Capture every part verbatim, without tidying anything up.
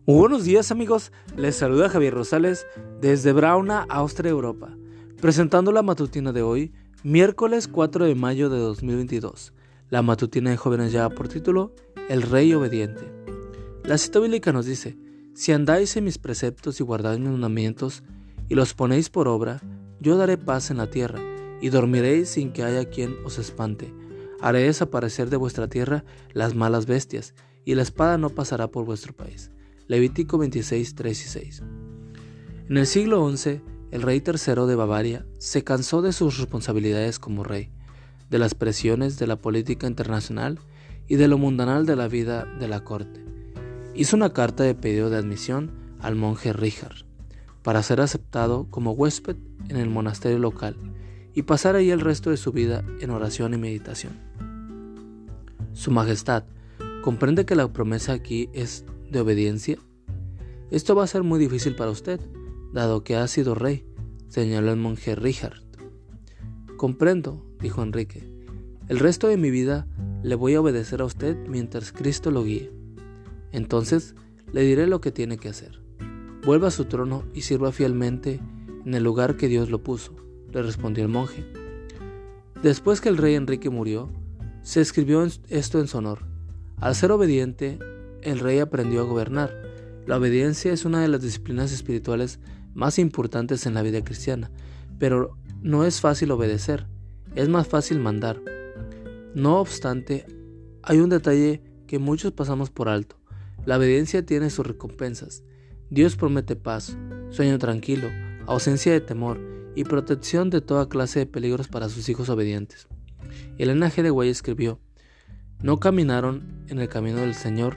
Muy buenos días amigos, les saluda Javier Rosales desde Brauna, Austria, Europa, presentando la matutina de hoy, miércoles cuatro de mayo de dos mil veintidós. La matutina de jóvenes lleva por título El Rey Obediente. La cita bíblica nos dice: si andáis en mis preceptos y guardáis mis mandamientos y los ponéis por obra, yo daré paz en la tierra y dormiréis sin que haya quien os espante. Haré desaparecer de vuestra tierra las malas bestias y la espada no pasará por vuestro país. Levítico veintiséis, tres y seis. En el siglo once, el rey tercero de Bavaria se cansó de sus responsabilidades como rey, de las presiones de la política internacional y de lo mundanal de la vida de la corte. Hizo una carta de pedido de admisión al monje Richard para ser aceptado como huésped en el monasterio local y pasar ahí el resto de su vida en oración y meditación. Su Majestad, ¿comprende que la promesa aquí es de obediencia? Esto va a ser muy difícil para usted, dado que ha sido rey, señaló el monje Richard. Comprendo, dijo Enrique. El resto de mi vida le voy a obedecer a usted mientras Cristo lo guíe. Entonces le diré lo que tiene que hacer. Vuelva a su trono y sirva fielmente en el lugar que Dios lo puso, le respondió el monje. Después que el rey Enrique murió, se escribió esto en su honor. Al ser obediente, el rey aprendió a gobernar. La obediencia es una de las disciplinas espirituales más importantes en la vida cristiana, pero no es fácil obedecer, es más fácil mandar. No obstante, hay un detalle que muchos pasamos por alto. La obediencia tiene sus recompensas. Dios promete paz, sueño tranquilo, ausencia de temor y protección de toda clase de peligros para sus hijos obedientes. Elena G. de White escribió: no caminaron en el camino del Señor,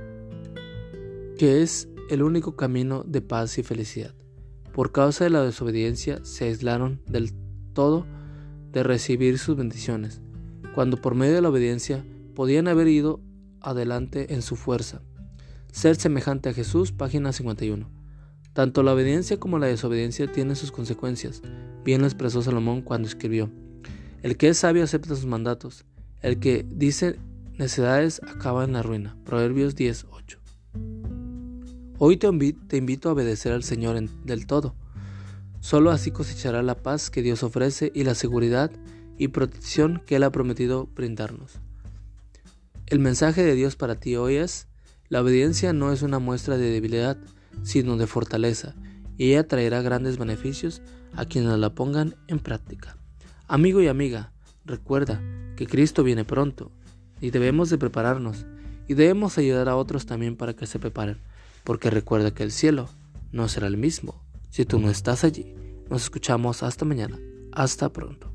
que es el único camino de paz y felicidad. Por causa de la desobediencia se aislaron del todo de recibir sus bendiciones, cuando por medio de la obediencia podían haber ido adelante en su fuerza. Ser semejante a Jesús, página cincuenta y uno. Tanto la obediencia como la desobediencia tienen sus consecuencias. Bien lo expresó Salomón cuando escribió: el que es sabio acepta sus mandatos, el que dice necedades acaba en la ruina. Proverbios diez, ocho. Hoy te invito a obedecer al Señor en, del todo. Solo así cosechará la paz que Dios ofrece y la seguridad y protección que Él ha prometido brindarnos. El mensaje de Dios para ti hoy es: la obediencia no es una muestra de debilidad, sino de fortaleza, y ella traerá grandes beneficios a quienes la pongan en práctica. Amigo y amiga, recuerda que Cristo viene pronto y debemos de prepararnos y debemos ayudar a otros también para que se preparen, porque recuerda que el cielo no será el mismo si tú no estás allí. Nos escuchamos hasta mañana. Hasta pronto.